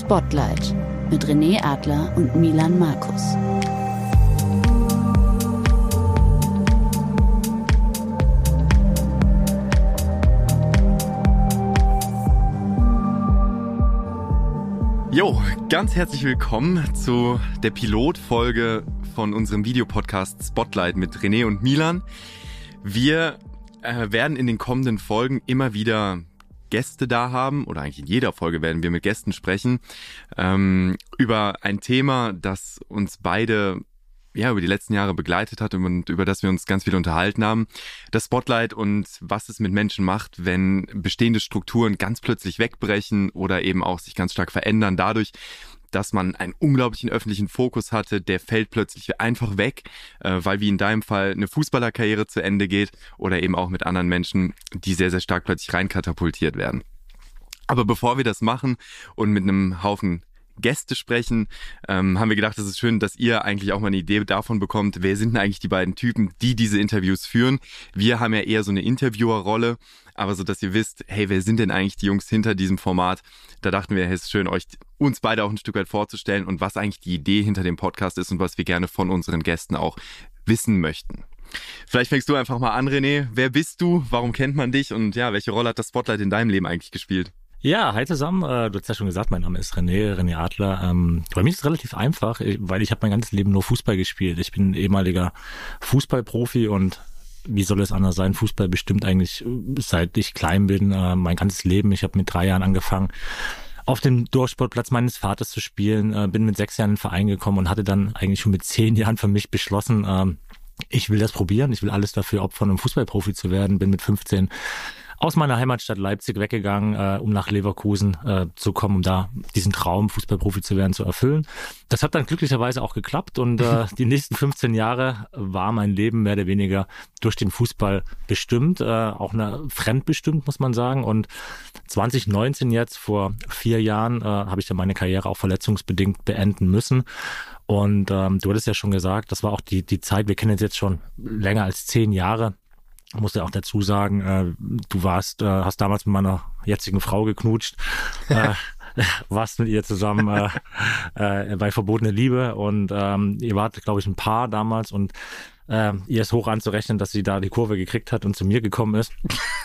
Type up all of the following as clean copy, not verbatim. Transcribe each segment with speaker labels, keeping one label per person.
Speaker 1: Spotlight mit René Adler und Milan Markus.
Speaker 2: Jo, ganz herzlich willkommen zu der Pilotfolge von unserem Videopodcast Spotlight mit René und Milan. Wir werden in den kommenden Folgen immer wieder Gäste da haben, oder eigentlich in jeder Folge werden wir mit Gästen sprechen, über ein Thema, das uns beide über die letzten Jahre begleitet hat und über das wir uns ganz viel unterhalten haben. Das Spotlight und was es mit Menschen macht, wenn bestehende Strukturen ganz plötzlich wegbrechen oder eben auch sich ganz stark verändern dadurch, dass man einen unglaublichen öffentlichen Fokus hatte, der fällt plötzlich einfach weg, weil wie in deinem Fall eine Fußballerkarriere zu Ende geht oder eben auch mit anderen Menschen, die sehr, sehr stark plötzlich reinkatapultiert werden. Aber bevor wir das machen und mit einem Haufen Gäste sprechen, haben wir gedacht, es ist schön, dass ihr eigentlich auch mal eine Idee davon bekommt, wer sind denn eigentlich die beiden Typen, die diese Interviews führen. Wir haben ja eher so eine Interviewerrolle, aber so, dass ihr wisst, hey, wer sind denn eigentlich die Jungs hinter diesem Format? Da dachten wir, hey, es ist schön, uns beide auch ein Stück weit vorzustellen und was eigentlich die Idee hinter dem Podcast ist und was wir gerne von unseren Gästen auch wissen möchten. Vielleicht fängst du einfach mal an, René. Wer bist du? Warum kennt man dich? Und ja, welche Rolle hat das Spotlight in deinem Leben eigentlich gespielt?
Speaker 3: Ja, hi zusammen. Du hast ja schon gesagt, mein Name ist René Adler. Bei mir ist es relativ einfach, weil ich habe mein ganzes Leben nur Fußball gespielt. Ich bin ehemaliger Fußballprofi und wie soll es anders sein? Fußball bestimmt eigentlich, seit ich klein bin, mein ganzes Leben. Ich habe mit 3 Jahren angefangen, auf dem Dorfsportplatz meines Vaters zu spielen, bin mit 6 Jahren in den Verein gekommen und hatte dann eigentlich schon mit 10 Jahren für mich beschlossen, ich will das probieren, ich will alles dafür opfern, um Fußballprofi zu werden. Bin mit 15 aus meiner Heimatstadt Leipzig weggegangen, um nach Leverkusen zu kommen, um da diesen Traum, Fußballprofi zu werden, zu erfüllen. Das hat dann glücklicherweise auch geklappt und die nächsten 15 Jahre war mein Leben mehr oder weniger durch den Fußball bestimmt, auch fremdbestimmt, muss man sagen. Und 2019 jetzt, vor 4 Jahren, habe ich dann meine Karriere auch verletzungsbedingt beenden müssen. Und du hattest ja schon gesagt, das war auch die Zeit, wir kennen uns jetzt schon länger als 10 Jahre. Ich muss ja auch dazu sagen, du hast damals mit meiner jetzigen Frau geknutscht, warst mit ihr zusammen bei Verbotene Liebe und ihr wart, glaube ich, ein Paar damals und ihr ist hoch anzurechnen, dass sie da die Kurve gekriegt hat und zu mir gekommen ist.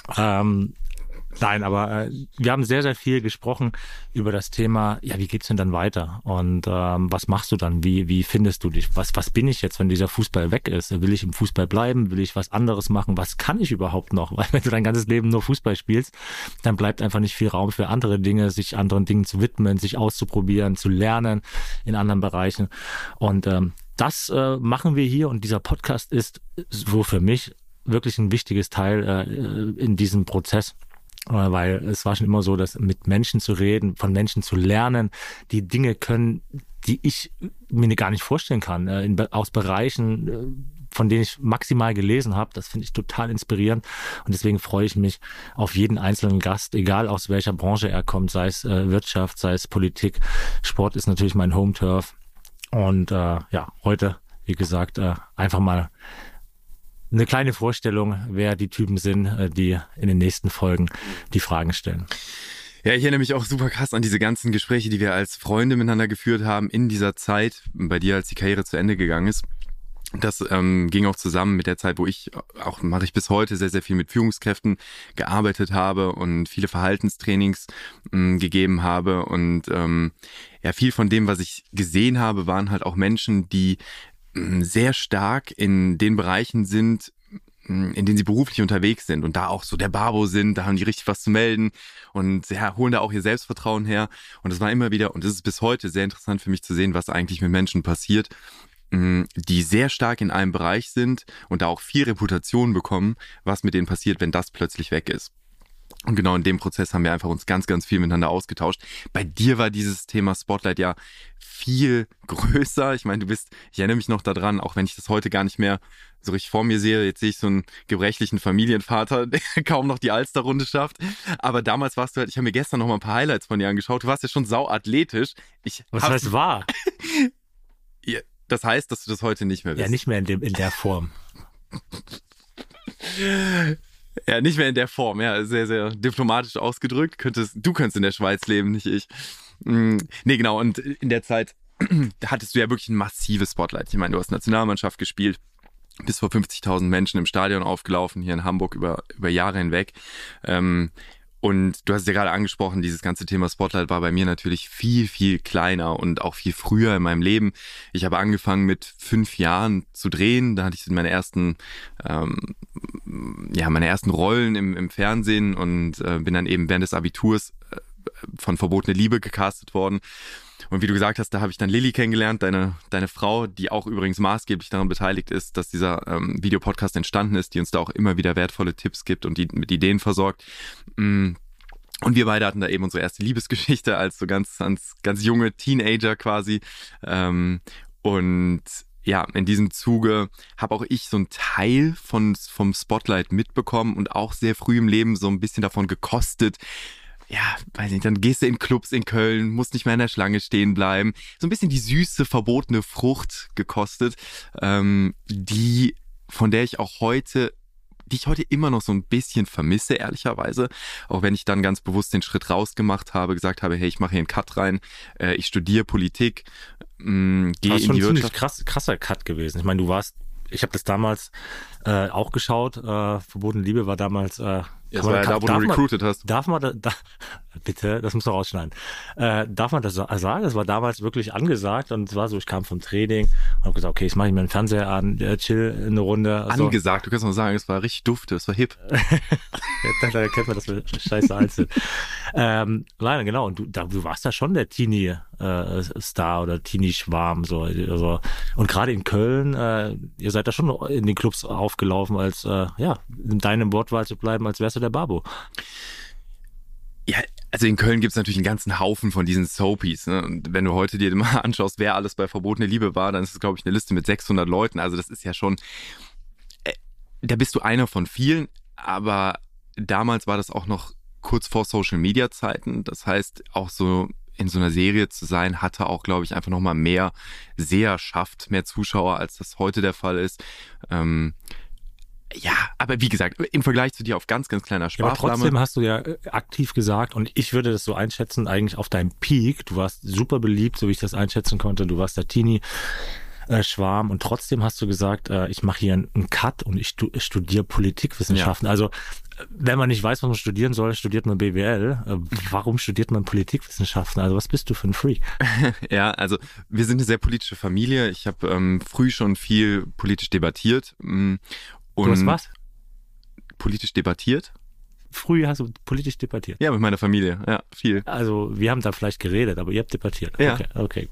Speaker 3: Nein, aber wir haben sehr, sehr viel gesprochen über das Thema, ja, wie geht's denn dann weiter? Und was machst du dann? Wie findest du dich? Was bin ich jetzt, wenn dieser Fußball weg ist? Will ich im Fußball bleiben? Will ich was anderes machen? Was kann ich überhaupt noch? Weil wenn du dein ganzes Leben nur Fußball spielst, dann bleibt einfach nicht viel Raum für andere Dinge, sich anderen Dingen zu widmen, sich auszuprobieren, zu lernen in anderen Bereichen. Und das machen wir hier und dieser Podcast ist so für mich wirklich ein wichtiges Teil in diesem Prozess. Weil es war schon immer so, dass mit Menschen zu reden, von Menschen zu lernen, die Dinge können, die ich mir gar nicht vorstellen kann, aus Bereichen, von denen ich maximal gelesen habe. Das finde ich total inspirierend und deswegen freue ich mich auf jeden einzelnen Gast, egal aus welcher Branche er kommt, sei es Wirtschaft, sei es Politik. Sport ist natürlich mein Home-Turf und heute, wie gesagt, einfach mal eine kleine Vorstellung, wer die Typen sind, die in den nächsten Folgen die Fragen stellen.
Speaker 2: Ja, ich erinnere mich auch super krass an diese ganzen Gespräche, die wir als Freunde miteinander geführt haben in dieser Zeit, bei dir, als die Karriere zu Ende gegangen ist. Das ging auch zusammen mit der Zeit, wo mache ich bis heute sehr, sehr viel mit Führungskräften gearbeitet habe und viele Verhaltenstrainings gegeben habe. Und viel von dem, was ich gesehen habe, waren halt auch Menschen, die sehr stark in den Bereichen sind, in denen sie beruflich unterwegs sind und da auch so der Babo sind, da haben die richtig was zu melden und holen da auch ihr Selbstvertrauen her. Und das war immer wieder, und das ist bis heute sehr interessant für mich zu sehen, was eigentlich mit Menschen passiert, die sehr stark in einem Bereich sind und da auch viel Reputation bekommen, was mit denen passiert, wenn das plötzlich weg ist. Und genau in dem Prozess haben wir einfach uns ganz, ganz viel miteinander ausgetauscht. Bei dir war dieses Thema Spotlight ja viel größer. Ich meine, ich erinnere mich noch daran, auch wenn ich das heute gar nicht mehr so richtig vor mir sehe. Jetzt sehe ich so einen gebrechlichen Familienvater, der kaum noch die Alsterrunde schafft. Aber damals warst du halt, ich habe mir gestern noch mal ein paar Highlights von dir angeschaut. Du warst ja schon sauathletisch.
Speaker 3: Was heißt wahr?
Speaker 2: Ja, das heißt, dass du das heute nicht mehr bist.
Speaker 3: Ja, nicht mehr in der Form.
Speaker 2: Ja, nicht mehr in der Form, ja, sehr, sehr diplomatisch ausgedrückt. Du könntest in der Schweiz leben, nicht ich. Nee, genau. Und in der Zeit hattest du ja wirklich ein massives Spotlight. Ich meine, du hast Nationalmannschaft gespielt, bis vor 50.000 Menschen im Stadion aufgelaufen, hier in Hamburg über Jahre hinweg. Und du hast es ja gerade angesprochen, dieses ganze Thema Spotlight war bei mir natürlich viel, viel kleiner und auch viel früher in meinem Leben. Ich habe angefangen mit 5 Jahren zu drehen. Da hatte ich meine ersten Rollen im Fernsehen und bin dann eben während des Abiturs von Verbotene Liebe gecastet worden. Und wie du gesagt hast, da habe ich dann Lilly kennengelernt, deine Frau, die auch übrigens maßgeblich daran beteiligt ist, dass dieser Videopodcast entstanden ist, die uns da auch immer wieder wertvolle Tipps gibt und die mit Ideen versorgt. Und wir beide hatten da eben unsere erste Liebesgeschichte als so ganz junge Teenager quasi. Und ja, in diesem Zuge habe auch ich so einen Teil vom Spotlight mitbekommen und auch sehr früh im Leben so ein bisschen davon gekostet. Ja, weiß nicht, dann gehst du in Clubs in Köln, musst nicht mehr in der Schlange stehen bleiben. So ein bisschen die süße, verbotene Frucht gekostet, die ich heute immer noch so ein bisschen vermisse, ehrlicherweise. Auch wenn ich dann ganz bewusst den Schritt rausgemacht habe, gesagt habe, hey, ich mache hier einen Cut rein, ich studiere Politik, gehe in die Wirtschaft. Das ist schon ein ziemlich
Speaker 3: krasser Cut gewesen. Ich meine, ich habe das damals auch geschaut, Verbotene Liebe war damals...
Speaker 2: das war ja da, wo du recruited hast.
Speaker 3: Darf man da bitte, das musst du rausschneiden. Darf man das sagen? Das war damals wirklich angesagt und es war so, ich kam vom Training und habe gesagt, okay, jetzt mache ich mir einen Fernseher an, chill eine Runde. Also,
Speaker 2: angesagt, du kannst noch sagen, es war richtig dufte, es war hip.
Speaker 3: Dann erkennt man, dass wir scheiße alt sind. Nein, genau, und du warst da schon der Teenie-Star oder Teenie-Schwarm. So. Also, und gerade in Köln, ihr seid da schon in den Clubs aufgelaufen, als, in deinem Wortwahl zu bleiben, als wärst du der Babo.
Speaker 2: Ja, also in Köln gibt's natürlich einen ganzen Haufen von diesen Soapies. Ne? Und wenn du heute dir mal anschaust, wer alles bei Verbotene Liebe war, dann ist es, glaube ich, eine Liste mit 600 Leuten. Also das ist ja schon, da bist du einer von vielen. Aber damals war das auch noch kurz vor Social-Media-Zeiten. Das heißt, auch so in so einer Serie zu sein, hatte auch, glaube ich, einfach nochmal mehr Seherschaft, mehr Zuschauer, als das heute der Fall ist. Ja, aber wie gesagt, im Vergleich zu dir auf ganz, ganz kleiner Sparflamme.
Speaker 3: Aber trotzdem hast du ja aktiv gesagt, und ich würde das so einschätzen, eigentlich auf deinem Peak, du warst super beliebt, so wie ich das einschätzen konnte, du warst der Teenie-Schwarm und trotzdem hast du gesagt, ich mache hier einen Cut und ich studiere Politikwissenschaften. Ja. Also wenn man nicht weiß, was man studieren soll, studiert man BWL. Warum studiert man Politikwissenschaften? Also was bist du für ein Freak?
Speaker 2: Ja, also wir sind eine sehr politische Familie. Ich habe früh schon viel politisch debattiert.
Speaker 3: Du hast was?
Speaker 2: Politisch debattiert.
Speaker 3: Früh hast du politisch debattiert?
Speaker 2: Ja, mit meiner Familie, ja, viel.
Speaker 3: Also wir haben da vielleicht geredet, aber ihr habt debattiert.
Speaker 2: Ja.
Speaker 3: Okay.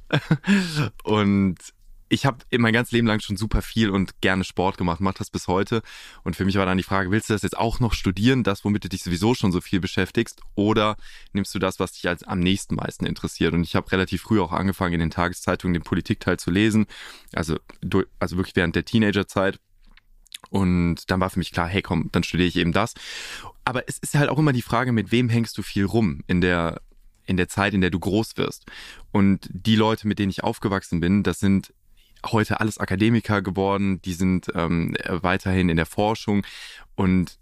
Speaker 2: Und ich habe mein ganzes Leben lang schon super viel und gerne Sport gemacht, mache das bis heute. Und für mich war dann die Frage, willst du das jetzt auch noch studieren, das, womit du dich sowieso schon so viel beschäftigst, oder nimmst du das, was dich als am nächsten meisten interessiert? Und ich habe relativ früh auch angefangen, in den Tageszeitungen den Politikteil zu lesen, also wirklich während der Teenagerzeit. Und dann war für mich klar, hey komm, dann studiere ich eben das. Aber es ist halt auch immer die Frage, mit wem hängst du viel rum in der Zeit, in der du groß wirst. Und die Leute, mit denen ich aufgewachsen bin, das sind heute alles Akademiker geworden, die sind weiterhin in der Forschung und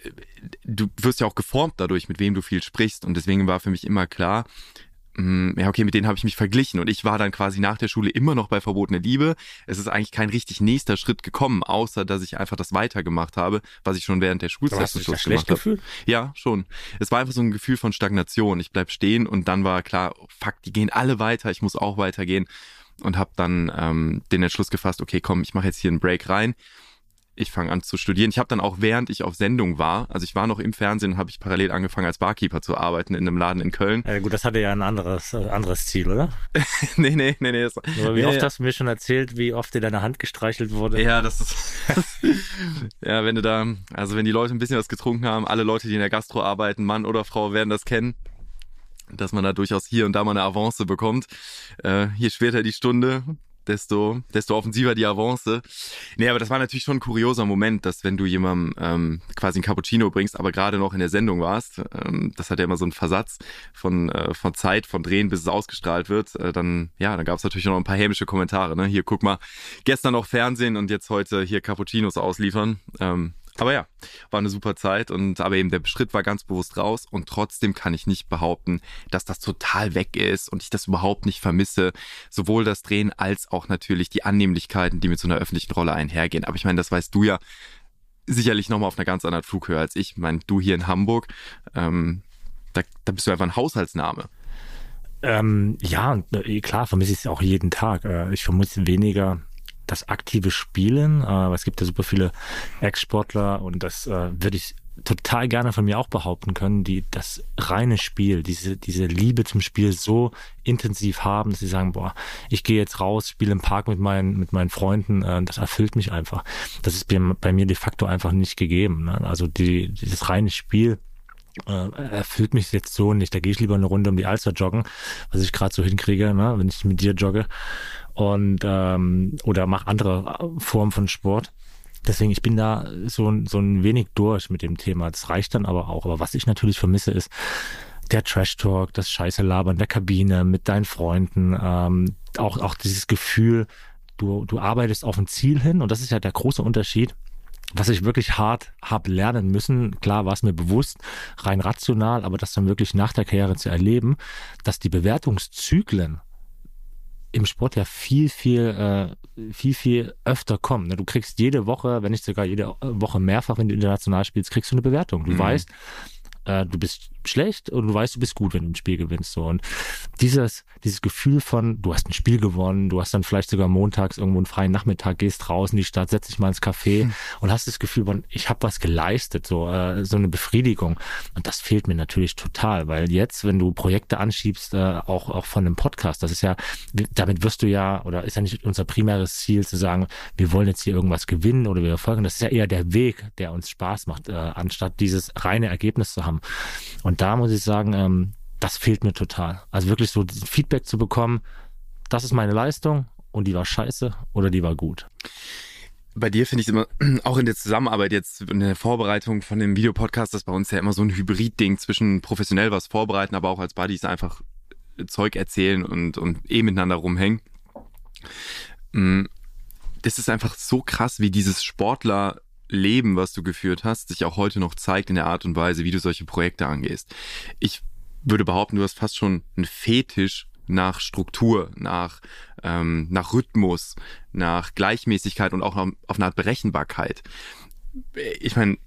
Speaker 2: du wirst ja auch geformt dadurch, mit wem du viel sprichst. Und deswegen war für mich immer klar, ja, okay, mit denen habe ich mich verglichen und ich war dann quasi nach der Schule immer noch bei Verbotene Liebe. Es ist eigentlich kein richtig nächster Schritt gekommen, außer dass ich einfach das weitergemacht habe, was ich schon während der Schulzeit
Speaker 3: zum Schluss gemacht habe.
Speaker 2: Ja, schon. Es war einfach so ein Gefühl von Stagnation. Ich bleib stehen und dann war klar, fuck, die gehen alle weiter, ich muss auch weitergehen und habe dann den Entschluss gefasst, okay, komm, ich mache jetzt hier einen Break rein. Ich fange an zu studieren. Ich habe dann auch, während ich auf Sendung war, also ich war noch im Fernsehen, habe ich parallel angefangen als Barkeeper zu arbeiten in einem Laden in Köln.
Speaker 3: Ja gut, das hatte ja ein anderes Ziel, oder?
Speaker 2: Nee.
Speaker 3: Aber wie oft hast du mir schon erzählt, wie oft dir deine Hand gestreichelt wurde?
Speaker 2: Ja, das ist... ja, wenn die Leute ein bisschen was getrunken haben, alle Leute, die in der Gastro arbeiten, Mann oder Frau, werden das kennen, dass man da durchaus hier und da mal eine Avance bekommt. Je später die Stunde, desto offensiver die Avance. Nee, aber das war natürlich schon ein kurioser Moment, dass wenn du jemandem quasi ein Cappuccino bringst, aber gerade noch in der Sendung warst, das hat ja immer so einen Versatz von Zeit, von Drehen, bis es ausgestrahlt wird, dann gab es natürlich noch ein paar hämische Kommentare. Ne? Hier, guck mal, gestern noch Fernsehen und jetzt heute hier Cappuccinos ausliefern. Aber ja, war eine super Zeit aber eben der Schritt war ganz bewusst raus und trotzdem kann ich nicht behaupten, dass das total weg ist und ich das überhaupt nicht vermisse. Sowohl das Drehen als auch natürlich die Annehmlichkeiten, die mit so einer öffentlichen Rolle einhergehen. Aber ich meine, das weißt du ja sicherlich nochmal auf einer ganz anderen Flughöhe als ich. Ich meine, du hier in Hamburg, da bist du einfach ein Haushaltsname.
Speaker 3: Ja, klar, vermisse ich es auch jeden Tag. Ich vermisse weniger das aktive Spielen, aber es gibt ja super viele Ex-Sportler und das würde ich total gerne von mir auch behaupten können, die das reine Spiel, diese Liebe zum Spiel so intensiv haben, dass sie sagen, boah, ich gehe jetzt raus, spiele im Park mit meinen Freunden, das erfüllt mich einfach. Das ist bei mir de facto einfach nicht gegeben. Ne? Also dieses reine Spiel erfüllt mich jetzt so nicht. Da gehe ich lieber eine Runde um die Alster joggen, was ich gerade so hinkriege, ne, wenn ich mit dir jogge und oder mache andere Formen von Sport. Deswegen, ich bin da so ein wenig durch mit dem Thema. Das reicht dann aber auch. Aber was ich natürlich vermisse, ist der Trash-Talk, das Scheiße labern der Kabine mit deinen Freunden, auch dieses Gefühl, du arbeitest auf ein Ziel hin und das ist ja der große Unterschied. Was ich wirklich hart habe lernen müssen, klar war es mir bewusst, rein rational, aber das dann wirklich nach der Karriere zu erleben, dass die Bewertungszyklen im Sport ja viel öfter kommen. Du kriegst jede Woche, wenn nicht sogar jede Woche mehrfach, wenn du international spielst, kriegst du eine Bewertung. Du weißt, du bist schlecht und du weißt, du bist gut, wenn du ein Spiel gewinnst. So. Und dieses Gefühl von, du hast ein Spiel gewonnen, du hast dann vielleicht sogar montags irgendwo einen freien Nachmittag, gehst raus in die Stadt, setzt dich mal ins Café und hast das Gefühl von, ich habe was geleistet, so eine Befriedigung. Und das fehlt mir natürlich total, weil jetzt, wenn du Projekte anschiebst, auch von einem Podcast, das ist ja, damit wirst du ja, oder ist ja nicht unser primäres Ziel zu sagen, wir wollen jetzt hier irgendwas gewinnen oder wir erfolgen. Das ist ja eher der Weg, der uns Spaß macht, anstatt dieses reine Ergebnis zu haben. Und da muss ich sagen, das fehlt mir total. Also wirklich so Feedback zu bekommen, das ist meine Leistung und die war scheiße oder die war gut.
Speaker 2: Bei dir finde ich immer, auch in der Zusammenarbeit jetzt, in der Vorbereitung von dem Videopodcast, das ist bei uns ja immer so ein Hybrid-Ding zwischen professionell was vorbereiten, aber auch als Buddies einfach Zeug erzählen und miteinander rumhängen. Das ist einfach so krass, wie dieses Sportlerleben, was du geführt hast, sich auch heute noch zeigt in der Art und Weise, wie du solche Projekte angehst. Ich würde behaupten, du hast fast schon einen Fetisch nach Struktur, nach Rhythmus, nach Gleichmäßigkeit und auch auf eine Art Berechenbarkeit. Ich meine,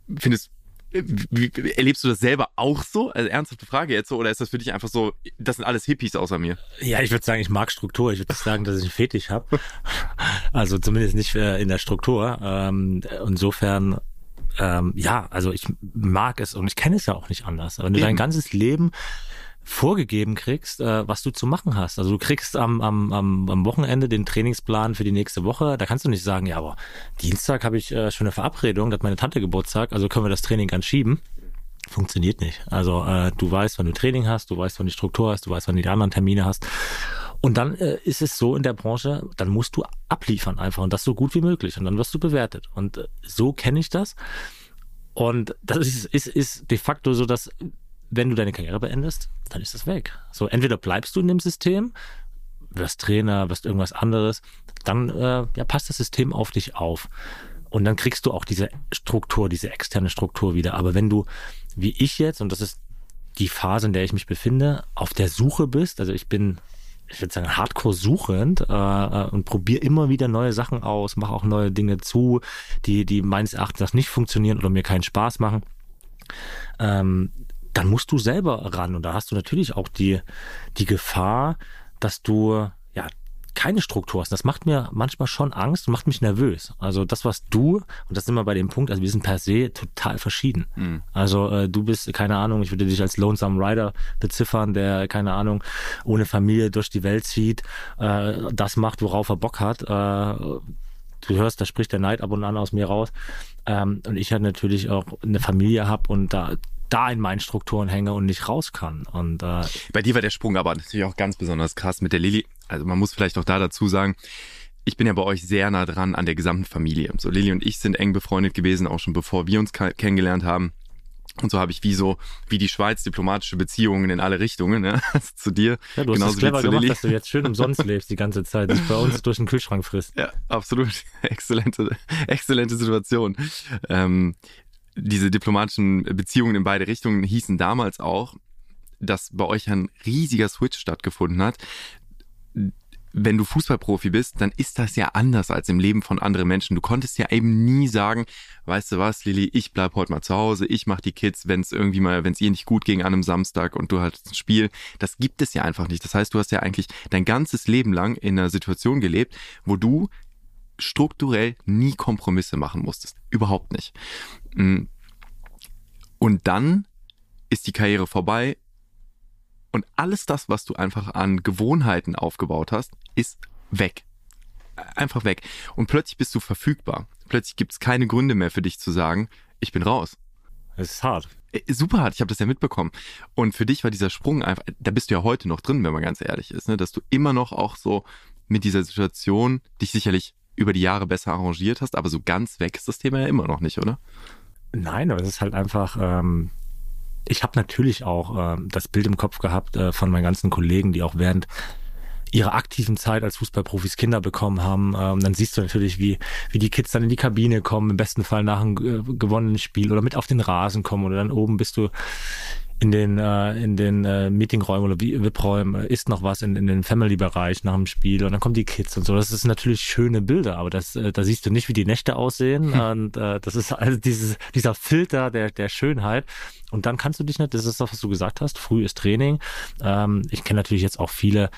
Speaker 2: erlebst du das selber auch so? Also ernsthafte Frage jetzt so, oder ist das für dich einfach so, das sind alles Hippies außer mir?
Speaker 3: Ja, ich würde sagen, ich mag Struktur. Ich würde nicht sagen, dass ich einen Fetisch habe. Also zumindest nicht in der Struktur. Insofern, ja, also ich mag es und ich kenne es ja auch nicht anders. Wenn du dein ganzes Leben vorgegeben kriegst, was du zu machen hast. Also du kriegst am Wochenende den Trainingsplan für die nächste Woche. Da kannst du nicht sagen, ja, aber Dienstag habe ich schon eine Verabredung, da hat meine Tante Geburtstag, also können wir das Training anschieben. Funktioniert nicht. Also du weißt, wann du Training hast, du weißt, wann die Struktur hast, du weißt, wann du die anderen Termine hast. Und dann ist es so in der Branche, dann musst du abliefern einfach und das so gut wie möglich und dann wirst du bewertet. Und so kenne ich das. Und das ist de facto so, dass wenn du deine Karriere beendest, dann ist das weg. So, entweder bleibst du in dem System, wirst Trainer, wirst irgendwas anderes, dann passt das System auf dich auf. Und dann kriegst du auch diese Struktur, diese externe Struktur wieder. Aber wenn du, wie ich jetzt, und das ist die Phase, in der ich mich befinde, auf der Suche bist, also ich würde sagen, hardcore suchend und probiere immer wieder neue Sachen aus, mache auch neue Dinge zu, die meines Erachtens nicht funktionieren oder mir keinen Spaß machen, dann musst du selber ran. Und da hast du natürlich auch die Gefahr, dass du ja keine Struktur hast. Das macht mir manchmal schon Angst und macht mich nervös. Also das, was du, und das sind wir bei dem Punkt, also wir sind per se total verschieden. Mhm. Also du bist, keine Ahnung, ich würde dich als Lonesome Rider beziffern, der, keine Ahnung, ohne Familie durch die Welt zieht, das macht, worauf er Bock hat. Du hörst, da spricht der Neid ab und an aus mir raus. Und ich halt natürlich auch eine Familie habe und da in meinen Strukturen hänge und nicht raus kann. Und
Speaker 2: bei dir war der Sprung aber natürlich auch ganz besonders krass mit der Lilly. Also man muss vielleicht auch da dazu sagen, ich bin ja bei euch sehr nah dran an der gesamten Familie. So, Lilly und ich sind eng befreundet gewesen, auch schon bevor wir uns kennengelernt haben. Und so habe ich wie die Schweiz diplomatische Beziehungen in alle Richtungen, ne? Also zu dir.
Speaker 3: Ja, du hast es clever gemacht, dass du jetzt schön umsonst lebst die ganze Zeit, dich bei uns durch den Kühlschrank frisst.
Speaker 2: Ja, absolut. Exzellente Situation. Diese diplomatischen Beziehungen in beide Richtungen hießen damals auch, dass bei euch ein riesiger Switch stattgefunden hat. Wenn du Fußballprofi bist, dann ist das ja anders als im Leben von anderen Menschen. Du konntest ja eben nie sagen, weißt du was, Lilly, ich bleib heute mal zu Hause, ich mach die Kids, wenn es ihr nicht gut ging an einem Samstag und du hattest ein Spiel. Das gibt es ja einfach nicht. Das heißt, du hast ja eigentlich dein ganzes Leben lang in einer Situation gelebt, wo du strukturell nie Kompromisse machen musstest. Überhaupt nicht. Und dann ist die Karriere vorbei. Und alles das, was du einfach an Gewohnheiten aufgebaut hast, ist weg. Einfach weg. Und plötzlich bist du verfügbar. Plötzlich gibt es keine Gründe mehr für dich zu sagen, ich bin raus.
Speaker 3: Es ist hart.
Speaker 2: Super hart, ich habe das ja mitbekommen. Und für dich war dieser Sprung einfach, da bist du ja heute noch drin, wenn man ganz ehrlich ist, ne? Dass du immer noch auch so mit dieser Situation dich sicherlich über die Jahre besser arrangiert hast, aber so ganz weg ist das Thema ja immer noch nicht, oder?
Speaker 3: Nein, aber es ist halt einfach... Ich habe natürlich auch das Bild im Kopf gehabt von meinen ganzen Kollegen, die auch während ihrer aktiven Zeit als Fußballprofis Kinder bekommen haben. Dann siehst du natürlich, wie die Kids dann in die Kabine kommen, im besten Fall nach einem gewonnenen Spiel oder mit auf den Rasen kommen oder dann oben bist du in den Meetingräumen oder VIP-Räumen, isst noch was in den Family-Bereich nach dem Spiel und dann kommen die Kids und so. Das ist natürlich schöne Bilder, aber da siehst du nicht, wie die Nächte aussehen und das ist also dieser Filter der Schönheit und dann kannst du dich nicht, das ist das, was du gesagt hast, früh ist Training. Ich kenne natürlich jetzt auch viele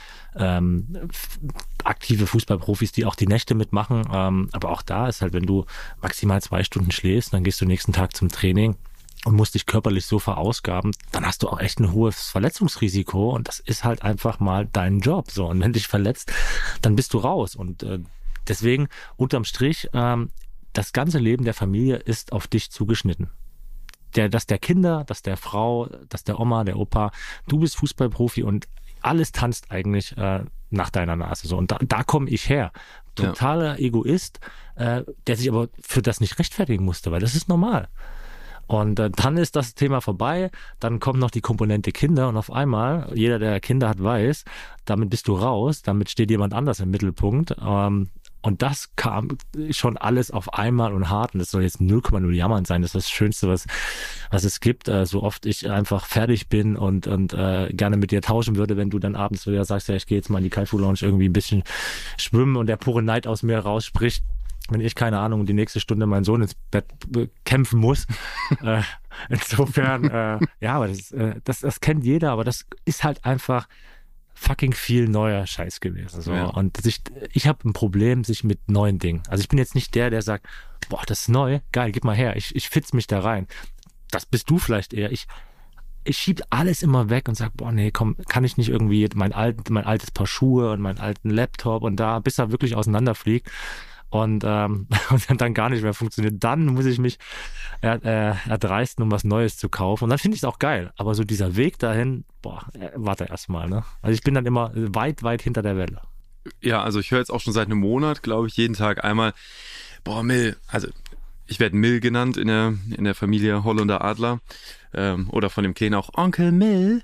Speaker 3: aktive Fußballprofis, die auch die Nächte mitmachen, aber auch da ist halt, wenn du maximal 2 Stunden schläfst, dann gehst du nächsten Tag zum Training und musst dich körperlich so verausgaben, dann hast du auch echt ein hohes Verletzungsrisiko und das ist halt einfach mal dein Job. So, und wenn dich verletzt, dann bist du raus. Und deswegen, unterm Strich, das ganze Leben der Familie ist auf dich zugeschnitten. Das der Kinder, das der Frau, das der Oma, der Opa, du bist Fußballprofi und alles tanzt eigentlich nach deiner Nase. So, und da komme ich her. Totaler Egoist, der sich aber für das nicht rechtfertigen musste, weil das ist normal. Und dann ist das Thema vorbei, dann kommt noch die Komponente Kinder und auf einmal, jeder, der Kinder hat, weiß, damit bist du raus, damit steht jemand anders im Mittelpunkt. Und das kam schon alles auf einmal und hart und das soll jetzt 0,0 jammern sein, das ist das Schönste, was es gibt. So oft ich einfach fertig bin und gerne mit dir tauschen würde, wenn du dann abends wieder sagst, ja, ich gehe jetzt mal in die Kaifu Lounge irgendwie ein bisschen schwimmen und der pure Neid aus mir rausspricht. Wenn ich, keine Ahnung, die nächste Stunde meinen Sohn ins Bett kämpfen muss. Insofern, ja, aber das kennt jeder, aber das ist halt einfach fucking viel neuer Scheiß gewesen. So. Ja. Und ich habe ein Problem sich mit neuen Dingen. Also ich bin jetzt nicht der sagt, boah, das ist neu, geil, gib mal her, ich fitz mich da rein. Das bist du vielleicht eher. Ich schieb alles immer weg und sag, boah, nee, komm, kann ich nicht irgendwie mein altes Paar Schuhe und meinen alten Laptop und da, bis er wirklich auseinanderfliegt. Und dann gar nicht mehr funktioniert. Dann muss ich mich erdreisten, um was Neues zu kaufen. Und dann finde ich es auch geil. Aber so dieser Weg dahin, warte erst mal, ne? Also ich bin dann immer weit, weit hinter der Welle.
Speaker 2: Ja, also ich höre jetzt auch schon seit einem Monat, glaube ich, jeden Tag einmal, Mill, also ich werde Mill genannt in der Familie Holländer Adler oder von dem Kleinen auch Onkel Mill.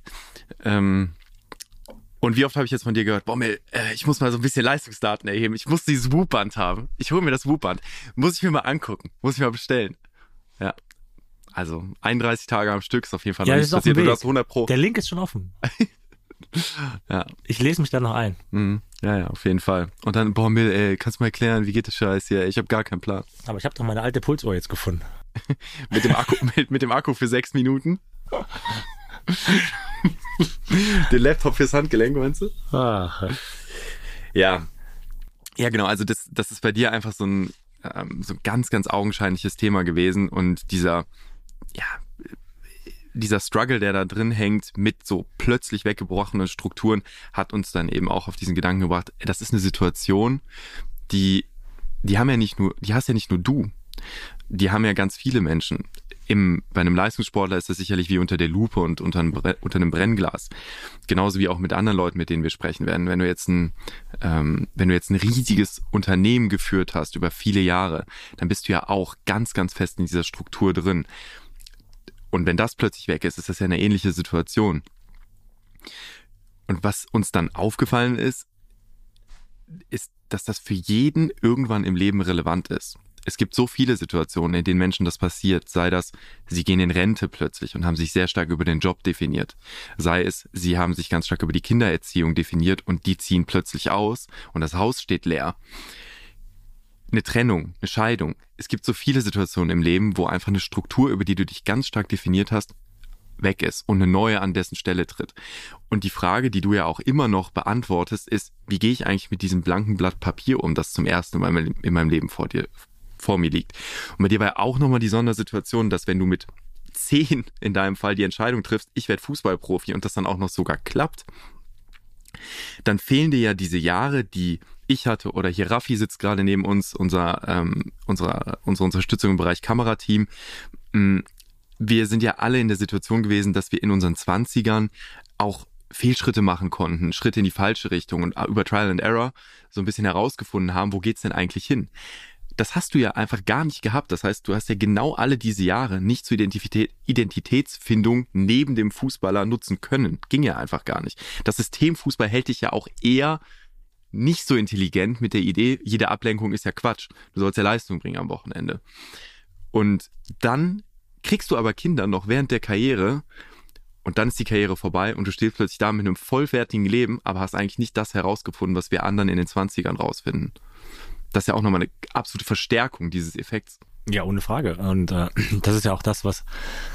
Speaker 2: Und wie oft habe ich jetzt von dir gehört, Mill, ich muss mal so ein bisschen Leistungsdaten erheben. Ich muss dieses Whoop-Band haben. Ich hole mir das Whoop-Band. Muss ich mir mal angucken. Muss ich mal bestellen. Ja. Also 31 Tage am Stück ist auf jeden Fall noch nichts passiert. Du hast 100%.
Speaker 3: Der Link ist schon offen.
Speaker 2: Ja.
Speaker 3: Ich lese mich da noch ein.
Speaker 2: Ja, auf jeden Fall. Und dann, Mill, kannst du mal erklären, wie geht das Scheiß hier? Ich habe gar keinen Plan.
Speaker 3: Aber ich habe doch meine alte Pulsuhr jetzt gefunden.
Speaker 2: mit dem Akku für 6 Minuten. Den Laptop fürs Handgelenk, meinst du?
Speaker 3: Ach.
Speaker 2: Ja, genau. Also das ist bei dir einfach so ein ganz, ganz augenscheinliches Thema gewesen und dieser Struggle, der da drin hängt mit so plötzlich weggebrochenen Strukturen, hat uns dann eben auch auf diesen Gedanken gebracht, das ist eine Situation, die hast ja nicht nur du, die haben ja ganz viele Menschen. Bei einem Leistungssportler ist das sicherlich wie unter der Lupe und unter einem Brennglas. Genauso wie auch mit anderen Leuten, mit denen wir sprechen werden. Wenn du jetzt ein riesiges Unternehmen geführt hast über viele Jahre, dann bist du ja auch ganz, ganz fest in dieser Struktur drin. Und wenn das plötzlich weg ist, ist das ja eine ähnliche Situation. Und was uns dann aufgefallen ist, dass das für jeden irgendwann im Leben relevant ist. Es gibt so viele Situationen, in denen Menschen das passiert, sei das, sie gehen in Rente plötzlich und haben sich sehr stark über den Job definiert, sei es, sie haben sich ganz stark über die Kindererziehung definiert und die ziehen plötzlich aus und das Haus steht leer. Eine Trennung, eine Scheidung. Es gibt so viele Situationen im Leben, wo einfach eine Struktur, über die du dich ganz stark definiert hast, weg ist und eine neue an dessen Stelle tritt. Und die Frage, die du ja auch immer noch beantwortest, ist, wie gehe ich eigentlich mit diesem blanken Blatt Papier um, das zum ersten Mal in meinem Leben vor mir liegt. Und bei dir war ja auch nochmal die Sondersituation, dass wenn du mit 10 in deinem Fall die Entscheidung triffst, ich werde Fußballprofi und das dann auch noch sogar klappt, dann fehlen dir ja diese Jahre, die ich hatte, oder hier Raffi sitzt gerade neben uns, unsere Unterstützung im Bereich Kamerateam. Wir sind ja alle in der Situation gewesen, dass wir in unseren 20ern auch Fehlschritte machen konnten, Schritte in die falsche Richtung und über Trial and Error so ein bisschen herausgefunden haben, wo geht's denn eigentlich hin? Das hast du ja einfach gar nicht gehabt. Das heißt, du hast ja genau alle diese Jahre nicht zur Identitätsfindung neben dem Fußballer nutzen können. Ging ja einfach gar nicht. Das System Fußball hält dich ja auch eher nicht so intelligent mit der Idee, jede Ablenkung ist ja Quatsch. Du sollst ja Leistung bringen am Wochenende. Und dann kriegst du aber Kinder noch während der Karriere und dann ist die Karriere vorbei und du stehst plötzlich da mit einem vollwertigen Leben, aber hast eigentlich nicht das herausgefunden, was wir anderen in den 20ern rausfinden. Das ist ja auch nochmal eine absolute Verstärkung dieses Effekts.
Speaker 3: Ja, ohne Frage. Und das ist ja auch das, was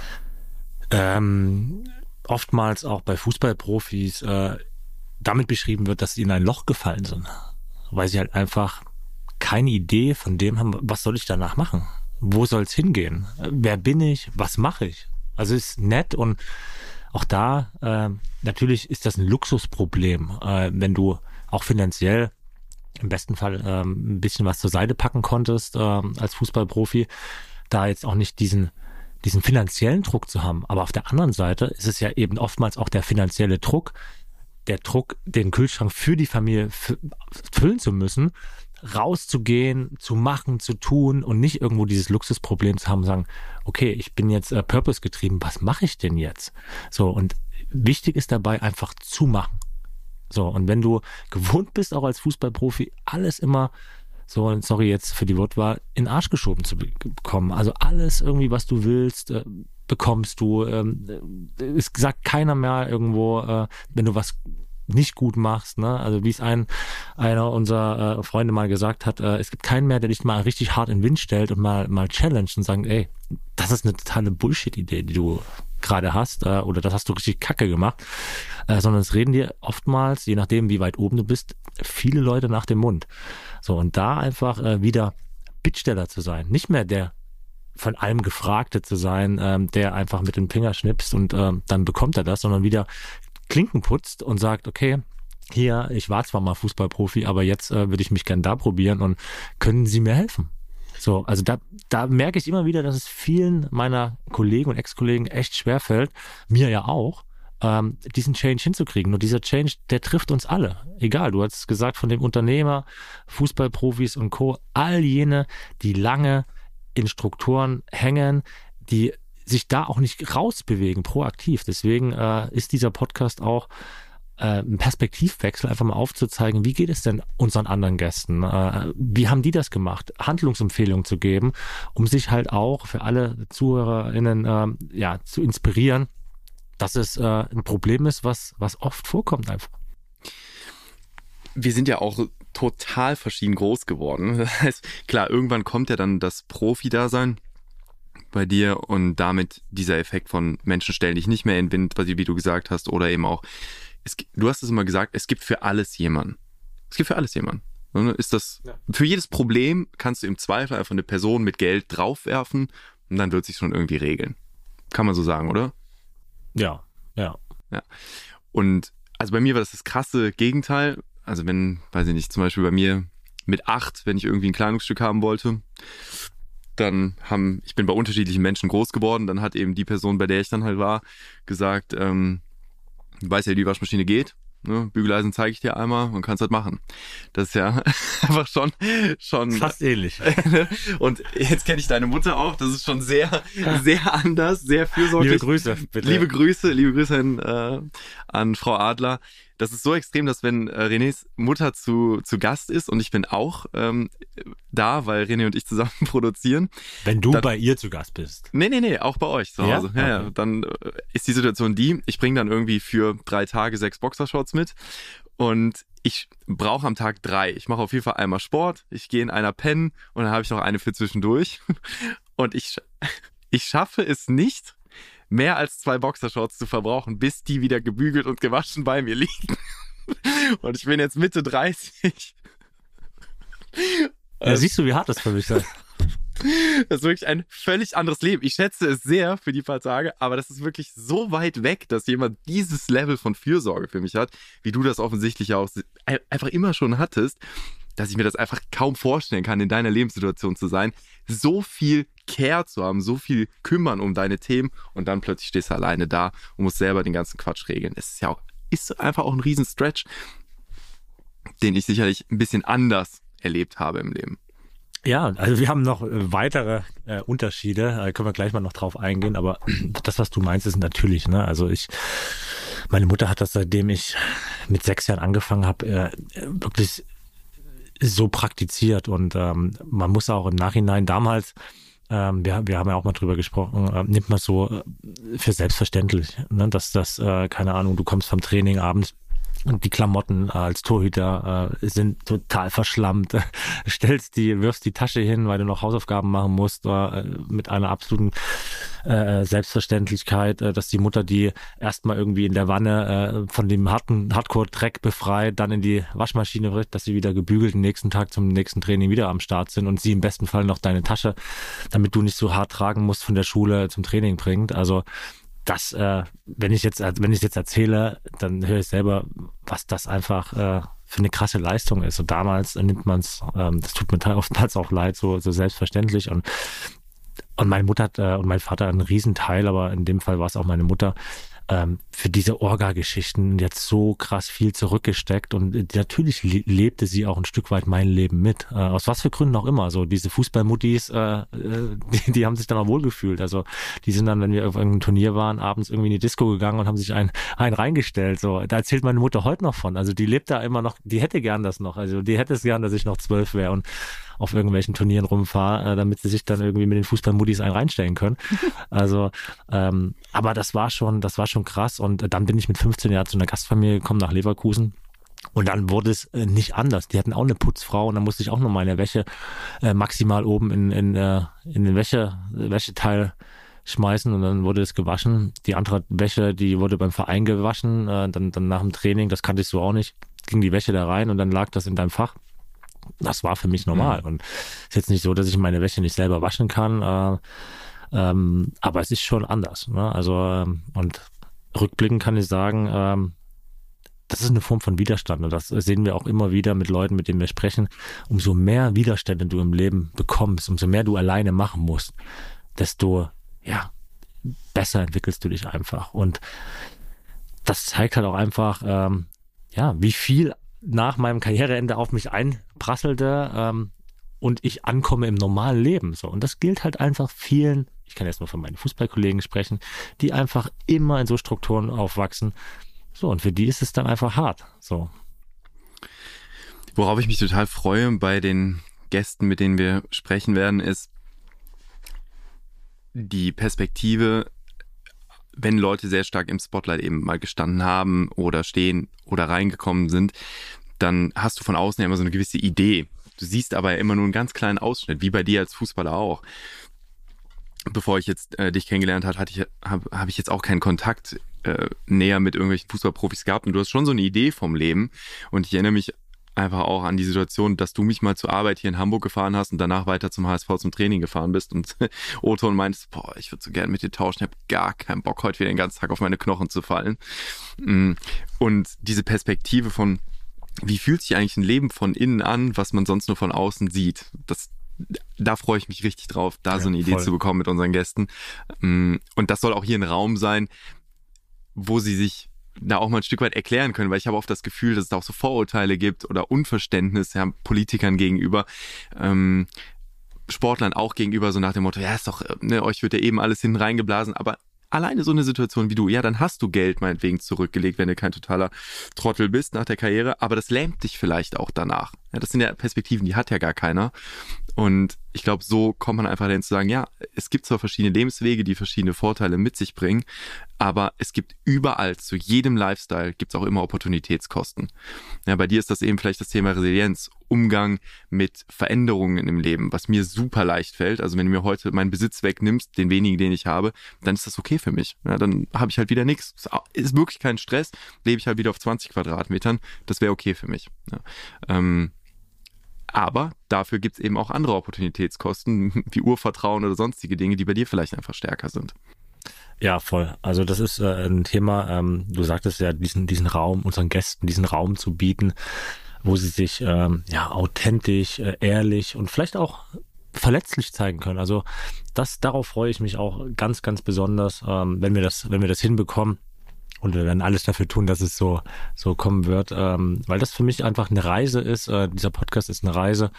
Speaker 3: oftmals auch bei Fußballprofis damit beschrieben wird, dass sie in ein Loch gefallen sind, weil sie halt einfach keine Idee von dem haben, was soll ich danach machen? Wo soll es hingehen? Wer bin ich? Was mache ich? Also es ist nett und auch da, natürlich ist das ein Luxusproblem, wenn du auch finanziell im besten Fall ein bisschen was zur Seite packen konntest als Fußballprofi, da jetzt auch nicht diesen finanziellen Druck zu haben. Aber auf der anderen Seite ist es ja eben oftmals auch der finanzielle Druck, den Kühlschrank für die Familie füllen zu müssen, rauszugehen, zu machen, zu tun und nicht irgendwo dieses Luxusproblem zu haben und sagen, okay, ich bin jetzt purpose getrieben, was mache ich denn jetzt? So, und wichtig ist dabei einfach zu machen. So, und wenn du gewohnt bist, auch als Fußballprofi, alles immer so, sorry jetzt für die Wortwahl, in den Arsch geschoben zu bekommen. Also alles irgendwie, was du willst, bekommst du. Es sagt keiner mehr irgendwo, wenn du was nicht gut machst, ne? Also wie es einer unserer Freunde mal gesagt hat, es gibt keinen mehr, der dich mal richtig hart in den Wind stellt und mal challenge und sagen, ey, das ist eine totale Bullshit-Idee, die du gerade hast, oder das hast du richtig kacke gemacht, sondern es reden dir oftmals, je nachdem wie weit oben du bist, viele Leute nach dem Mund. So, und da einfach wieder Bittsteller zu sein, nicht mehr der von allem Gefragte zu sein, der einfach mit dem Finger schnipst und dann bekommt er das, sondern wieder Klinken putzt und sagt, okay, hier, ich war zwar mal Fußballprofi, aber jetzt würde ich mich gern da probieren und können Sie mir helfen? So, also da merke ich immer wieder, dass es vielen meiner Kollegen und Ex-Kollegen echt schwerfällt, mir ja auch, diesen Change hinzukriegen. Und dieser Change, der trifft uns alle. Egal, du hast gesagt, von dem Unternehmer, Fußballprofis und Co., all jene, die lange in Strukturen hängen, die sich da auch nicht rausbewegen, proaktiv. Deswegen ist dieser Podcast auch ein Perspektivwechsel, einfach mal aufzuzeigen, wie geht es denn unseren anderen Gästen? Wie haben die das gemacht? Handlungsempfehlungen zu geben, um sich halt auch für alle ZuhörerInnen zu inspirieren, dass es ein Problem ist, was oft vorkommt einfach.
Speaker 2: Wir sind ja auch total verschieden groß geworden. Das heißt, klar, irgendwann kommt ja dann das Profi-Dasein bei dir und damit dieser Effekt von Menschen stellen dich nicht mehr in den Wind, wie du gesagt hast, oder eben auch, du hast es immer gesagt, es gibt für alles jemanden. Es gibt für alles jemanden. Ist das, für jedes Problem kannst du im Zweifel einfach eine Person mit Geld draufwerfen und dann wird sich schon irgendwie regeln. Kann man so sagen, oder?
Speaker 3: Ja.
Speaker 2: Und also bei mir war das krasse Gegenteil. Also wenn, weiß ich nicht, zum Beispiel bei mir mit 8, wenn ich irgendwie ein Kleidungsstück haben wollte, ich bin bei unterschiedlichen Menschen groß geworden, dann hat eben die Person, bei der ich dann halt war, gesagt, du weißt ja, wie die Waschmaschine geht, Ne? Bügeleisen zeige ich dir einmal und kannst das machen. Das ist ja einfach schon
Speaker 3: Fast ähnlich.
Speaker 2: Und jetzt kenne ich deine Mutter auch. Das ist schon sehr, sehr anders, sehr fürsorglich.
Speaker 3: Liebe Grüße, bitte.
Speaker 2: Liebe Grüße an Frau Adler. Das ist so extrem, dass wenn Renés Mutter zu Gast ist und ich bin auch da, weil René und ich zusammen produzieren.
Speaker 3: Wenn du dann bei ihr zu Gast bist?
Speaker 2: Nee, auch bei euch zu Hause. Ja? Ja, dann ist die Situation ich bringe dann irgendwie für 3 Tage 6 Boxershorts mit und ich brauche am Tag 3. Ich mache auf jeden Fall einmal Sport, ich gehe in einer pennen und dann habe ich noch eine für zwischendurch und ich schaffe es nicht, mehr als 2 Boxershorts zu verbrauchen, bis die wieder gebügelt und gewaschen bei mir liegen. Und ich bin jetzt Mitte 30.
Speaker 3: Ja, siehst du, wie hart das für mich ist.
Speaker 2: Das ist wirklich ein völlig anderes Leben. Ich schätze es sehr für die paar Tage, aber das ist wirklich so weit weg, dass jemand dieses Level von Fürsorge für mich hat, wie du das offensichtlich auch einfach immer schon hattest, dass ich mir das einfach kaum vorstellen kann, in deiner Lebenssituation zu sein, so viel Care zu haben, so viel kümmern um deine Themen und dann plötzlich stehst du alleine da und musst selber den ganzen Quatsch regeln. Es ist einfach auch ein riesen Stretch, den ich sicherlich ein bisschen anders erlebt habe im Leben.
Speaker 3: Ja, also wir haben noch weitere Unterschiede, können wir gleich mal noch drauf eingehen, aber das, was du meinst, ist natürlich, ne? Also meine Mutter hat das, seitdem ich mit 6 Jahren angefangen habe, wirklich so praktiziert und man muss auch im Nachhinein damals, wir haben ja auch mal drüber gesprochen, nimmt man so für selbstverständlich, ne? Dass das, keine Ahnung, du kommst vom Training abends und die Klamotten als Torhüter sind total verschlammt. Wirfst die Tasche hin, weil du noch Hausaufgaben machen musst, mit einer absoluten Selbstverständlichkeit, dass die Mutter die erstmal irgendwie in der Wanne von dem Hardcore-Dreck befreit, dann in die Waschmaschine bringt, dass sie wieder gebügelt den nächsten Tag zum nächsten Training wieder am Start sind und sie im besten Fall noch deine Tasche, damit du nicht so hart tragen musst, von der Schule zum Training bringt. Also das, wenn ich jetzt erzähle, dann höre ich selber, was das einfach für eine krasse Leistung ist. Und damals nimmt man es, das tut mir oftmals auch leid, so selbstverständlich. Und meine Mutter und mein Vater einen Riesenteil, aber in dem Fall war es auch meine Mutter, für diese Orga-Geschichten jetzt so krass viel zurückgesteckt und natürlich lebte sie auch ein Stück weit mein Leben mit. Aus was für Gründen auch immer. So diese Fußballmuttis, die haben sich dann auch wohlgefühlt. Also die sind dann, wenn wir auf irgendeinem Turnier waren, abends irgendwie in die Disco gegangen und haben sich einen reingestellt. So, da erzählt meine Mutter heute noch von. Also die lebt da immer noch, die hätte gern das noch. Also die hätte es gern, dass ich noch 12 wäre und auf irgendwelchen Turnieren rumfahre, damit sie sich dann irgendwie mit den Fußballmuttis einen reinstellen können. Also, aber das war schon krass. Und dann bin ich mit 15 Jahren zu einer Gastfamilie gekommen nach Leverkusen. Und dann wurde es nicht anders. Die hatten auch eine Putzfrau und dann musste ich auch noch meine Wäsche maximal oben in den Wäscheteil schmeißen und dann wurde es gewaschen. Die andere Wäsche, die wurde beim Verein gewaschen. Dann nach dem Training, das kannte ich so auch nicht, ging die Wäsche da rein und dann lag das in deinem Fach. Das war für mich normal. Und es ist jetzt nicht so, dass ich meine Wäsche nicht selber waschen kann, aber es ist schon anders. Ne? Also und rückblickend kann ich sagen, das ist eine Form von Widerstand und das sehen wir auch immer wieder mit Leuten, mit denen wir sprechen. Umso mehr Widerstände du im Leben bekommst, umso mehr du alleine machen musst, desto besser entwickelst du dich einfach. Und das zeigt halt auch einfach, wie viel nach meinem Karriereende auf mich einprasselte und ich ankomme im normalen Leben. So. Und das gilt halt einfach vielen, ich kann jetzt nur von meinen Fußballkollegen sprechen, die einfach immer in so Strukturen aufwachsen. So, und für die ist es dann einfach hart. So.
Speaker 2: Worauf ich mich total freue bei den Gästen, mit denen wir sprechen werden, ist die Perspektive, wenn Leute sehr stark im Spotlight eben mal gestanden haben oder stehen oder reingekommen sind, dann hast du von außen ja immer so eine gewisse Idee. Du siehst aber ja immer nur einen ganz kleinen Ausschnitt, wie bei dir als Fußballer auch. Bevor ich jetzt dich kennengelernt habe ich jetzt auch keinen Kontakt näher mit irgendwelchen Fußballprofis gehabt und du hast schon so eine Idee vom Leben und ich erinnere mich einfach auch an die Situation, dass du mich mal zur Arbeit hier in Hamburg gefahren hast und danach weiter zum HSV zum Training gefahren bist und Oton meintest, ich würde so gerne mit dir tauschen, ich habe gar keinen Bock, heute wieder den ganzen Tag auf meine Knochen zu fallen. Und diese Perspektive von, wie fühlt sich eigentlich ein Leben von innen an, was man sonst nur von außen sieht, da freue ich mich richtig drauf, da so eine Idee zu bekommen mit unseren Gästen. Und das soll auch hier ein Raum sein, wo sie sich da auch mal ein Stück weit erklären können, weil ich habe oft das Gefühl, dass es da auch so Vorurteile gibt oder Unverständnis, ja, Politikern gegenüber, Sportlern auch gegenüber, so nach dem Motto, ja, ist doch, ne, euch wird ja eben alles hinten reingeblasen, aber alleine so eine Situation wie du, ja, dann hast du Geld meinetwegen zurückgelegt, wenn du kein totaler Trottel bist nach der Karriere, aber das lähmt dich vielleicht auch danach. Ja, das sind ja Perspektiven, die hat ja gar keiner. Und ich glaube, so kommt man einfach dahin zu sagen, ja, es gibt zwar verschiedene Lebenswege, die verschiedene Vorteile mit sich bringen, aber es gibt überall, zu jedem Lifestyle gibt es auch immer Opportunitätskosten. Ja, bei dir ist das eben vielleicht das Thema Resilienz, Umgang mit Veränderungen im Leben, was mir super leicht fällt. Also wenn du mir heute meinen Besitz wegnimmst, den wenigen, den ich habe, dann ist das okay für mich. Ja, dann habe ich halt wieder nichts. Ist wirklich kein Stress, lebe ich halt wieder auf 20 Quadratmetern, das wäre okay für mich. Ja. Aber dafür gibt es eben auch andere Opportunitätskosten, wie Urvertrauen oder sonstige Dinge, die bei dir vielleicht einfach stärker sind.
Speaker 3: Ja, voll. Also das ist ein Thema, du sagtest ja, diesen Raum, unseren Gästen, diesen Raum zu bieten, wo sie sich authentisch, ehrlich und vielleicht auch verletzlich zeigen können. Also darauf freue ich mich auch ganz, ganz besonders, wenn wir das hinbekommen. Und wir werden alles dafür tun, dass es so kommen wird, weil das für mich einfach eine Reise ist. Dieser Podcast ist eine Reise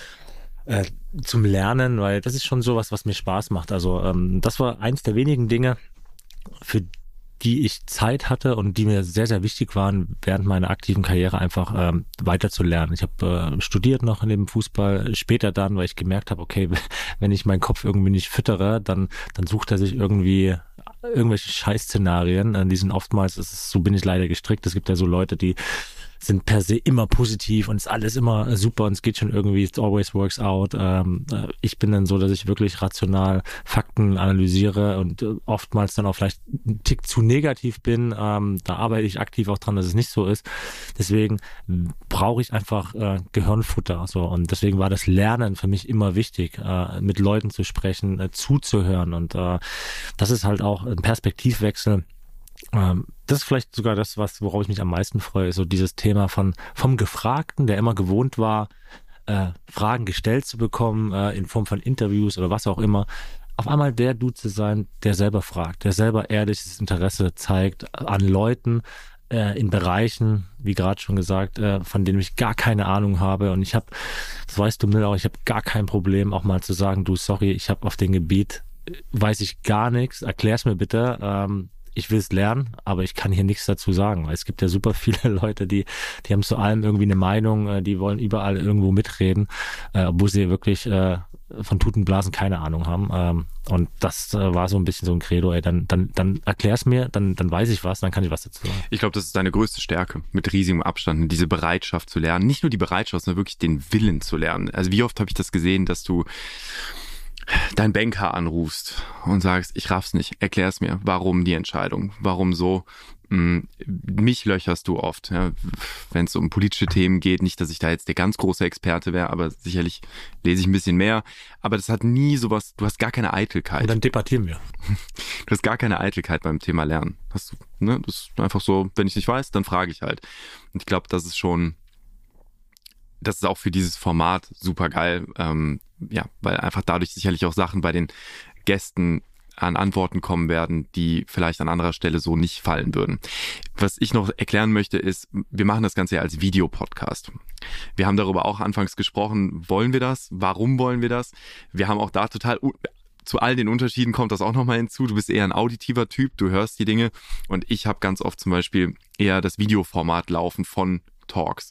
Speaker 3: zum Lernen, weil das ist schon sowas, was mir Spaß macht. Also das war eins der wenigen Dinge, für die ich Zeit hatte und die mir sehr, sehr wichtig waren, während meiner aktiven Karriere einfach weiter zu lernen. Ich habe studiert noch neben Fußball, später dann, weil ich gemerkt habe, okay, wenn ich meinen Kopf irgendwie nicht füttere, dann sucht er sich irgendwie irgendwelche Scheißszenarien, die sind oftmals, so bin ich leider gestrickt. Es gibt ja so Leute, die sind per se immer positiv und ist alles immer super und es geht schon irgendwie, it always works out. Ich bin dann so, dass ich wirklich rational Fakten analysiere und oftmals dann auch vielleicht einen Tick zu negativ bin. Da arbeite ich aktiv auch dran, dass es nicht so ist. Deswegen brauche ich einfach Gehirnfutter. So. Und deswegen war das Lernen für mich immer wichtig, mit Leuten zu sprechen, zuzuhören. Und das ist halt auch ein Perspektivwechsel. Das ist vielleicht sogar das, worauf ich mich am meisten freue, so dieses Thema vom Gefragten, der immer gewohnt war, Fragen gestellt zu bekommen, in Form von Interviews oder was auch immer, auf einmal der Dude zu sein, der selber fragt, der selber ehrliches Interesse zeigt an Leuten, in Bereichen, wie gerade schon gesagt, von denen ich gar keine Ahnung habe. Und ich habe, das weißt du, Mil, auch, ich habe gar kein Problem, auch mal zu sagen, du, sorry, ich habe auf dem Gebiet, weiß ich gar nichts, erklär's mir bitte. Ich will es lernen, aber ich kann hier nichts dazu sagen. Es gibt ja super viele Leute, die haben zu allem irgendwie eine Meinung, die wollen überall irgendwo mitreden, obwohl sie wirklich von Tutenblasen keine Ahnung haben. Und das war so ein bisschen so ein Credo, dann erklär's mir, dann weiß ich was, dann kann ich was dazu sagen.
Speaker 2: Ich glaube, das ist deine größte Stärke, mit riesigem Abstand, diese Bereitschaft zu lernen. Nicht nur die Bereitschaft, sondern wirklich den Willen zu lernen. Also wie oft habe ich das gesehen, dass du deinen Banker anrufst und sagst, ich raff's nicht, erklär's mir, warum die Entscheidung, warum so. Mich löcherst du oft, ja, wenn es um politische Themen geht. Nicht, dass ich da jetzt der ganz große Experte wäre, aber sicherlich lese ich ein bisschen mehr. Aber das hat nie sowas, du hast gar keine Eitelkeit.
Speaker 3: Und dann debattieren wir.
Speaker 2: Du hast gar keine Eitelkeit beim Thema Lernen. Das ist einfach so, wenn ich nicht weiß, dann frage ich halt. Und ich glaube, das ist auch für dieses Format super geil, ja, weil einfach dadurch sicherlich auch Sachen bei den Gästen an Antworten kommen werden, die vielleicht an anderer Stelle so nicht fallen würden. Was ich noch erklären möchte ist, wir machen das Ganze ja als Videopodcast. Wir haben darüber auch anfangs gesprochen, wollen wir das? Warum wollen wir das? Wir haben auch da total zu all den Unterschieden kommt das auch nochmal hinzu. Du bist eher ein auditiver Typ, du hörst die Dinge und ich habe ganz oft zum Beispiel eher das Videoformat laufen von Talks.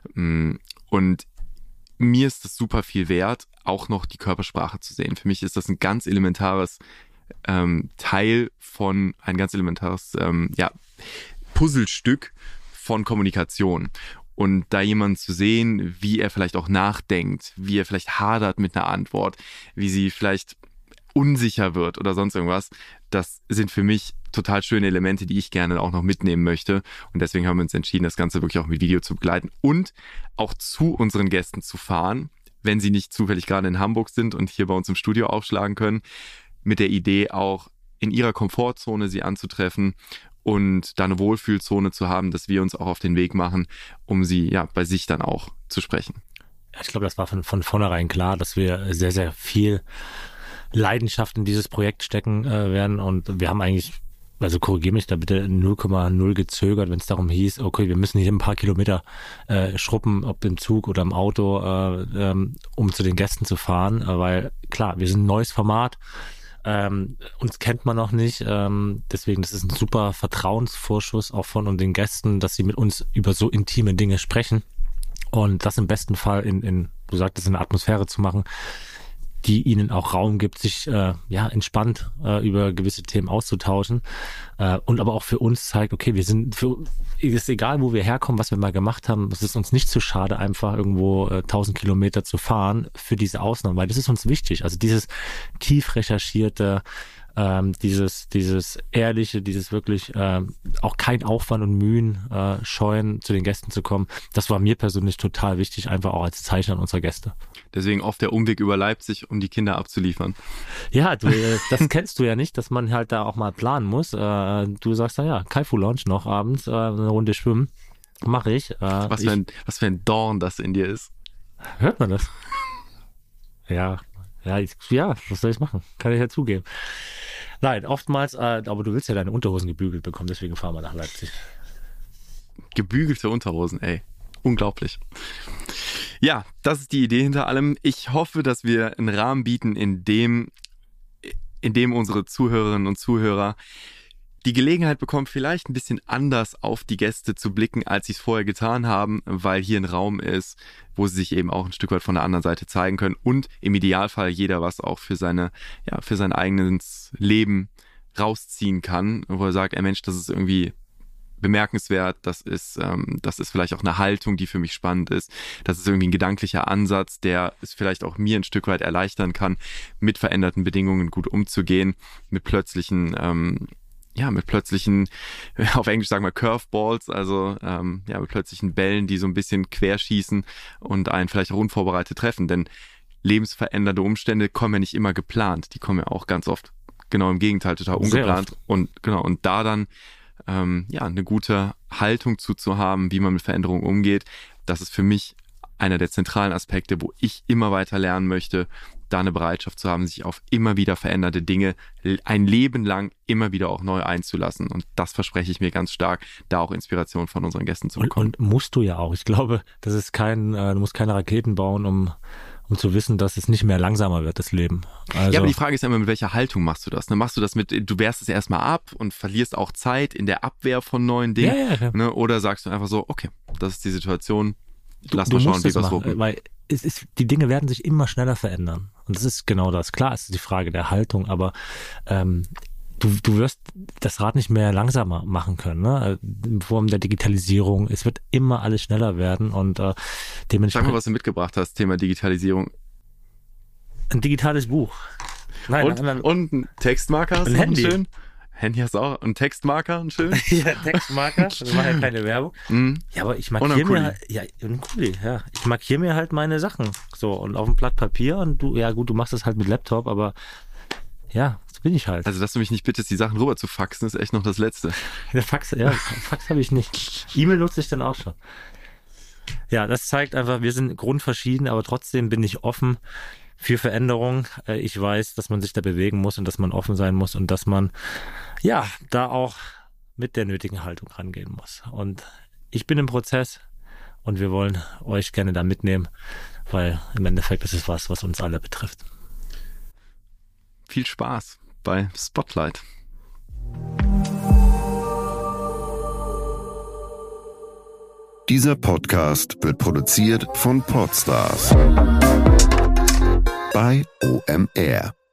Speaker 2: Und mir ist es super viel wert, auch noch die Körpersprache zu sehen. Für mich ist das ein ganz elementares Teil von, ein ganz elementares Puzzlestück von Kommunikation. Und da jemanden zu sehen, wie er vielleicht auch nachdenkt, wie er vielleicht hadert mit einer Antwort, wie sie vielleicht unsicher wird oder sonst irgendwas, das sind für mich total schöne Elemente, die ich gerne auch noch mitnehmen möchte. Und deswegen haben wir uns entschieden, das Ganze wirklich auch mit Video zu begleiten und auch zu unseren Gästen zu fahren, wenn sie nicht zufällig gerade in Hamburg sind und hier bei uns im Studio aufschlagen können, mit der Idee auch in ihrer Komfortzone sie anzutreffen und da eine Wohlfühlzone zu haben, dass wir uns auch auf den Weg machen, um sie ja bei sich dann auch zu sprechen.
Speaker 3: Ich glaube, das war von vornherein klar, dass wir sehr, sehr viel Leidenschaft in dieses Projekt stecken werden und wir haben eigentlich also korrigiere mich da bitte, 0,0 gezögert, wenn es darum hieß, okay, wir müssen hier ein paar Kilometer schruppen, ob im Zug oder im Auto, um zu den Gästen zu fahren, weil klar, wir sind ein neues Format, uns kennt man noch nicht, deswegen, das ist ein super Vertrauensvorschuss auch von und den Gästen, dass sie mit uns über so intime Dinge sprechen und das im besten Fall du sagtest, in eine Atmosphäre zu machen, die ihnen auch Raum gibt, sich entspannt über gewisse Themen auszutauschen und aber auch für uns zeigt, okay, es ist egal, wo wir herkommen, was wir mal gemacht haben, es ist uns nicht zu schade, einfach irgendwo 1000 Kilometer zu fahren für diese Ausnahmen, weil das ist uns wichtig. Also dieses tief recherchierte, dieses ehrliche, dieses wirklich auch kein Aufwand und Mühen scheuen, zu den Gästen zu kommen, das war mir persönlich total wichtig, einfach auch als Zeichen an unsere Gäste.
Speaker 2: Deswegen oft der Umweg über Leipzig, um die Kinder abzuliefern.
Speaker 3: Ja, das kennst du ja nicht, dass man halt da auch mal planen muss. Du sagst dann, ja, Kaifu Lounge noch abends, eine Runde schwimmen, mache ich.
Speaker 2: Was für ein Dorn das in dir ist.
Speaker 3: Hört man das? Ja, was soll ich machen? Kann ich ja zugeben. Nein, oftmals, aber du willst ja deine Unterhosen gebügelt bekommen, deswegen fahren wir nach Leipzig.
Speaker 2: Gebügelte Unterhosen, ey. Unglaublich. Ja, das ist die Idee hinter allem. Ich hoffe, dass wir einen Rahmen bieten, in dem unsere Zuhörerinnen und Zuhörer die Gelegenheit bekommen, vielleicht ein bisschen anders auf die Gäste zu blicken, als sie es vorher getan haben, weil hier ein Raum ist, wo sie sich eben auch ein Stück weit von der anderen Seite zeigen können und im Idealfall jeder was auch für sein eigenes Leben rausziehen kann, wo er sagt, ey Mensch, das ist irgendwie bemerkenswert, das ist vielleicht auch eine Haltung, die für mich spannend ist, das ist irgendwie ein gedanklicher Ansatz, der es vielleicht auch mir ein Stück weit erleichtern kann, mit veränderten Bedingungen gut umzugehen, mit plötzlichen, auf Englisch sagen wir Curveballs, also mit plötzlichen Bällen, die so ein bisschen querschießen und einen vielleicht auch unvorbereitet treffen, denn lebensverändernde Umstände kommen ja nicht immer geplant, die kommen ja auch ganz oft genau im Gegenteil, total ungeplant und da dann eine gute Haltung zu haben, wie man mit Veränderungen umgeht. Das ist für mich einer der zentralen Aspekte, wo ich immer weiter lernen möchte, da eine Bereitschaft zu haben, sich auf immer wieder veränderte Dinge ein Leben lang immer wieder auch neu einzulassen. Und das verspreche ich mir ganz stark, da auch Inspiration von unseren Gästen zu bekommen.
Speaker 3: Und musst du ja auch. Ich glaube, das ist du musst keine Raketen bauen, um zu wissen, dass es nicht mehr langsamer wird, das Leben. Also,
Speaker 2: ja, aber die Frage ist ja immer, mit welcher Haltung machst du das? Ne? Machst du das du wehrst es erstmal ab und verlierst auch Zeit in der Abwehr von neuen Dingen? Ja. Ne? Oder sagst du einfach so, okay, das ist die Situation, lass mal schauen, wie wir es wuppen.
Speaker 3: Weil die Dinge werden sich immer schneller verändern. Und das ist genau das. Klar, es ist die Frage der Haltung, aber du wirst das Rad nicht mehr langsamer machen können, ne? In Form der Digitalisierung. Es wird immer alles schneller werden und dementsprechend.
Speaker 2: Sag mal, was du mitgebracht hast, Thema Digitalisierung.
Speaker 3: Ein digitales Buch.
Speaker 2: Und ein Textmarker.
Speaker 3: Ein Handy.
Speaker 2: Schön. Handy hast du auch. Ein Textmarker, ein schön.
Speaker 3: Ja, Textmarker. Das war ja keine Werbung. Ja, aber ich markiere mir halt, ein Kuli, ja. Ich markiere mir halt meine Sachen. So, und auf ein Blatt Papier und du machst das halt mit Laptop, aber ja, so bin ich halt.
Speaker 2: Also, dass du mich nicht bittest, die Sachen rüber zu faxen, ist echt noch das Letzte.
Speaker 3: Fax habe ich nicht. E-Mail nutze ich dann auch schon. Ja, das zeigt einfach, wir sind grundverschieden, aber trotzdem bin ich offen für Veränderung. Ich weiß, dass man sich da bewegen muss und dass man offen sein muss und dass man da auch mit der nötigen Haltung rangehen muss. Und ich bin im Prozess und wir wollen euch gerne da mitnehmen, weil im Endeffekt ist es was uns alle betrifft.
Speaker 2: Viel Spaß bei Spotlight.
Speaker 4: Dieser Podcast wird produziert von Podstars bei OMR.